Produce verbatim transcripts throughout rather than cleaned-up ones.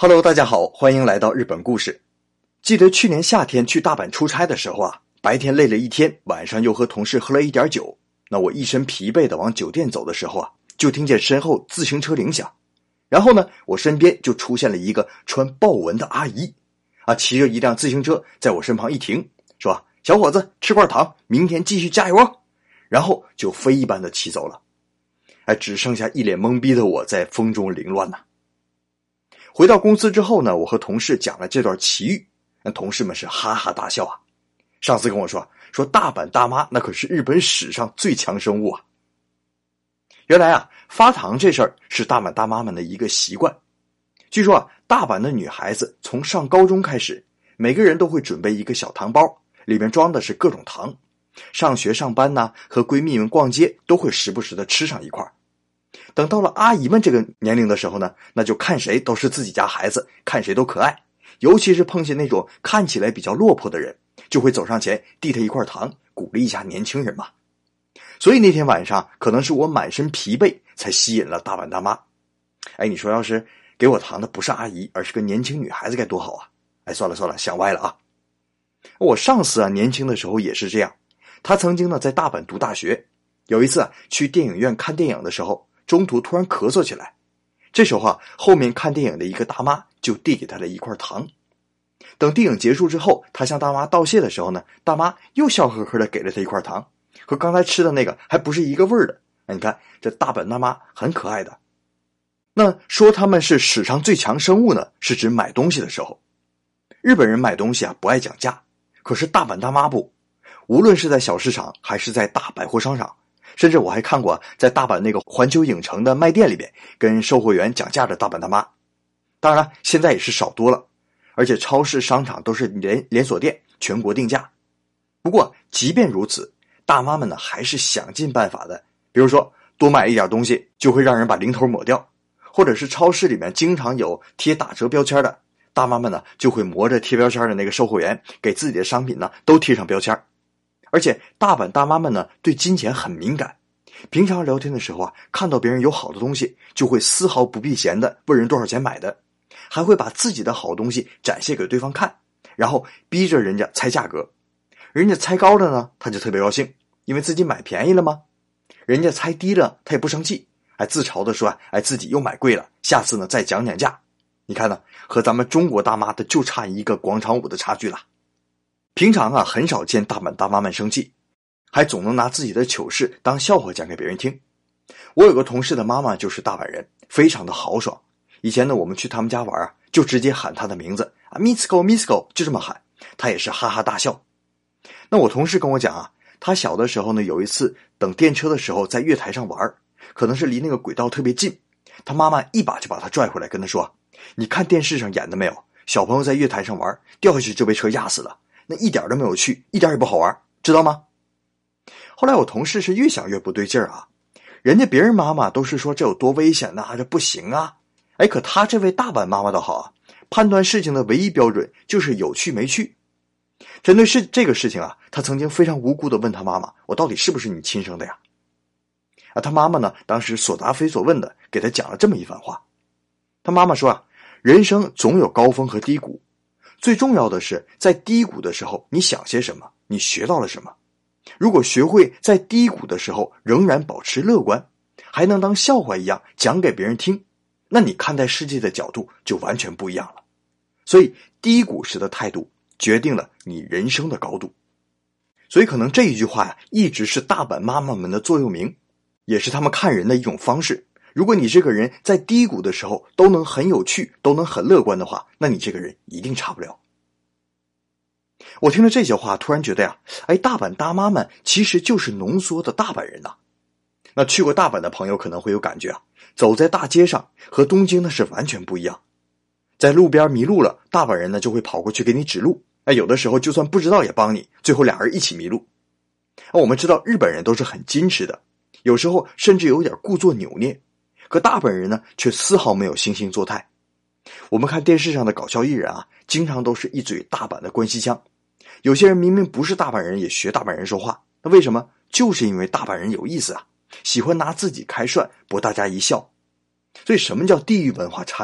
Hello， 大家好，欢迎来到日本故事。记得去年夏天去大阪出差的时候啊，白天累了一天，晚上又和同事喝了一点酒。那我一身疲惫的往酒店走的时候啊，就听见身后自行车铃响。然后呢，我身边就出现了一个穿豹纹的阿姨，啊，骑着一辆自行车在我身旁一停，说：“小伙子，吃块糖，明天继续加油啊！”然后就飞一般的骑走了。哎，只剩下一脸懵逼的我在风中凌乱呐。回到公司之后呢，我和同事讲了这段奇遇，那同事们是哈哈大笑啊。上司跟我说，说大阪大妈那可是日本史上最强生物啊。原来啊，发糖这事儿是大阪大妈们的一个习惯。据说啊，大阪的女孩子从上高中开始，每个人都会准备一个小糖包，里面装的是各种糖。上学上班呢，和闺蜜们逛街都会时不时的吃上一块。等到了阿姨们这个年龄的时候呢，那就看谁都是自己家孩子，看谁都可爱。尤其是碰见那种看起来比较落魄的人，就会走上前递他一块糖，鼓励一下年轻人嘛。所以那天晚上，可能是我满身疲惫，才吸引了大阪大妈。哎，你说要是给我糖的不是阿姨，而是个年轻女孩子该多好啊！哎，算了算了，想歪了啊。我上司啊，年轻的时候也是这样。他曾经呢在大阪读大学，有一次啊去电影院看电影的时候，中途突然咳嗽起来。这时候啊，后面看电影的一个大妈就递给他了一块糖。等电影结束之后，他向大妈道谢的时候呢，大妈又笑呵呵的给了他一块糖，和刚才吃的那个还不是一个味儿的。你看这大阪大妈很可爱的。那说他们是史上最强生物呢，是指买东西的时候。日本人买东西啊不爱讲价，可是大阪大妈不，无论是在小市场还是在大百货商场，甚至我还看过在大阪那个环球影城的卖店里边跟售货员讲价的大阪大妈。当然现在也是少多了，而且超市商场都是连连锁店，全国定价。不过即便如此，大妈们呢还是想尽办法的，比如说多买一点东西就会让人把零头抹掉，或者是超市里面经常有贴打折标签的，大妈们呢就会磨着贴标签的那个售货员给自己的商品呢都贴上标签。而且大阪大妈们呢对金钱很敏感，平常聊天的时候啊，看到别人有好的东西，就会丝毫不避嫌的问人多少钱买的，还会把自己的好东西展现给对方看，然后逼着人家猜价格。人家猜高了呢，他就特别高兴，因为自己买便宜了吗？人家猜低了，他也不生气，还自嘲的说，哎，自己又买贵了，下次呢再讲讲价。你看呢，和咱们中国大妈的就差一个广场舞的差距了。平常啊，很少见大阪大妈们生气，还总能拿自己的糗事当笑话讲给别人听。我有个同事的妈妈就是大阪人，非常的豪爽。以前呢，我们去他们家玩啊，就直接喊她的名字啊 ，Mitsuko Mitsuko， 就这么喊，她也是哈哈大笑。那我同事跟我讲啊，他小的时候呢，有一次等电车的时候在月台上玩，可能是离那个轨道特别近，他妈妈一把就把他拽回来，跟他说：“你看电视上演的没有？小朋友在月台上玩，掉下去就被车压死了。”那一点都没有趣，一点也不好玩，知道吗？后来我同事是越想越不对劲儿啊，人家别人妈妈都是说这有多危险呐、啊，这不行啊。哎，可他这位大阪妈妈倒好啊，判断事情的唯一标准就是有趣没趣。针对是这个事情啊，他曾经非常无辜的问他妈妈：“我到底是不是你亲生的呀？”啊，他妈妈呢，当时所答非所问的给他讲了这么一番话。他妈妈说啊，人生总有高峰和低谷。最重要的是，在低谷的时候，你想些什么？你学到了什么？如果学会在低谷的时候仍然保持乐观，还能当笑话一样讲给别人听，那你看待世界的角度就完全不一样了。所以，低谷时的态度决定了你人生的高度。所以，可能这一句话呀，一直是大阪妈妈们的座右铭，也是他们看人的一种方式。如果你这个人在低谷的时候都能很有趣，都能很乐观的话，那你这个人一定差不了。我听了这些话，突然觉得呀，哎，大阪大妈们其实就是浓缩的大阪人呐。那去过大阪的朋友可能会有感觉啊，走在大街上和东京呢是完全不一样。在路边迷路了，大阪人呢就会跑过去给你指路，哎，有的时候就算不知道也帮你，最后俩人一起迷路。我们知道日本人都是很矜持的，有时候甚至有点故作扭捏。可大阪人呢，却丝毫没有惺惺作态。我们看电视上的搞笑艺人啊，经常都是一嘴大阪的关西腔。有些人明明不是大阪人，也学大阪人说话，那为什么？就是因为大阪人有意思啊，喜欢拿自己开涮，博大家一笑。所以什么叫地域文化差异？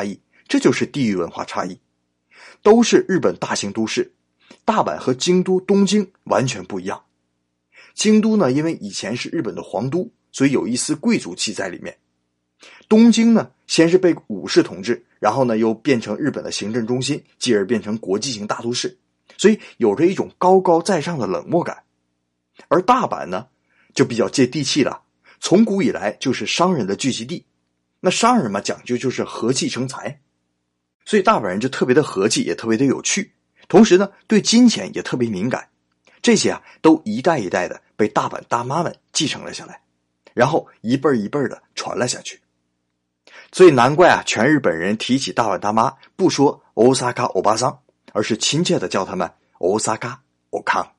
这就是地域文化差异。都是日本大型都市，大阪和京都、东京完全不一样。京都呢，因为以前是日本的皇都，所以有一丝贵族气在里面。东京呢，先是被武士统治，然后呢又变成日本的行政中心，继而变成国际型大都市，所以有着一种高高在上的冷漠感。而大阪呢，就比较接地气了，从古以来就是商人的聚集地。那商人嘛，讲究就是和气生财，所以大阪人就特别的和气，也特别的有趣，同时呢，对金钱也特别敏感。这些啊，都一代一代的被大阪大妈们继承了下来，然后一辈一辈的传了下去。所以难怪啊，全日本人提起大阪大妈不说 Osaka 欧巴桑，而是亲切的叫他们 Osaka 欧康。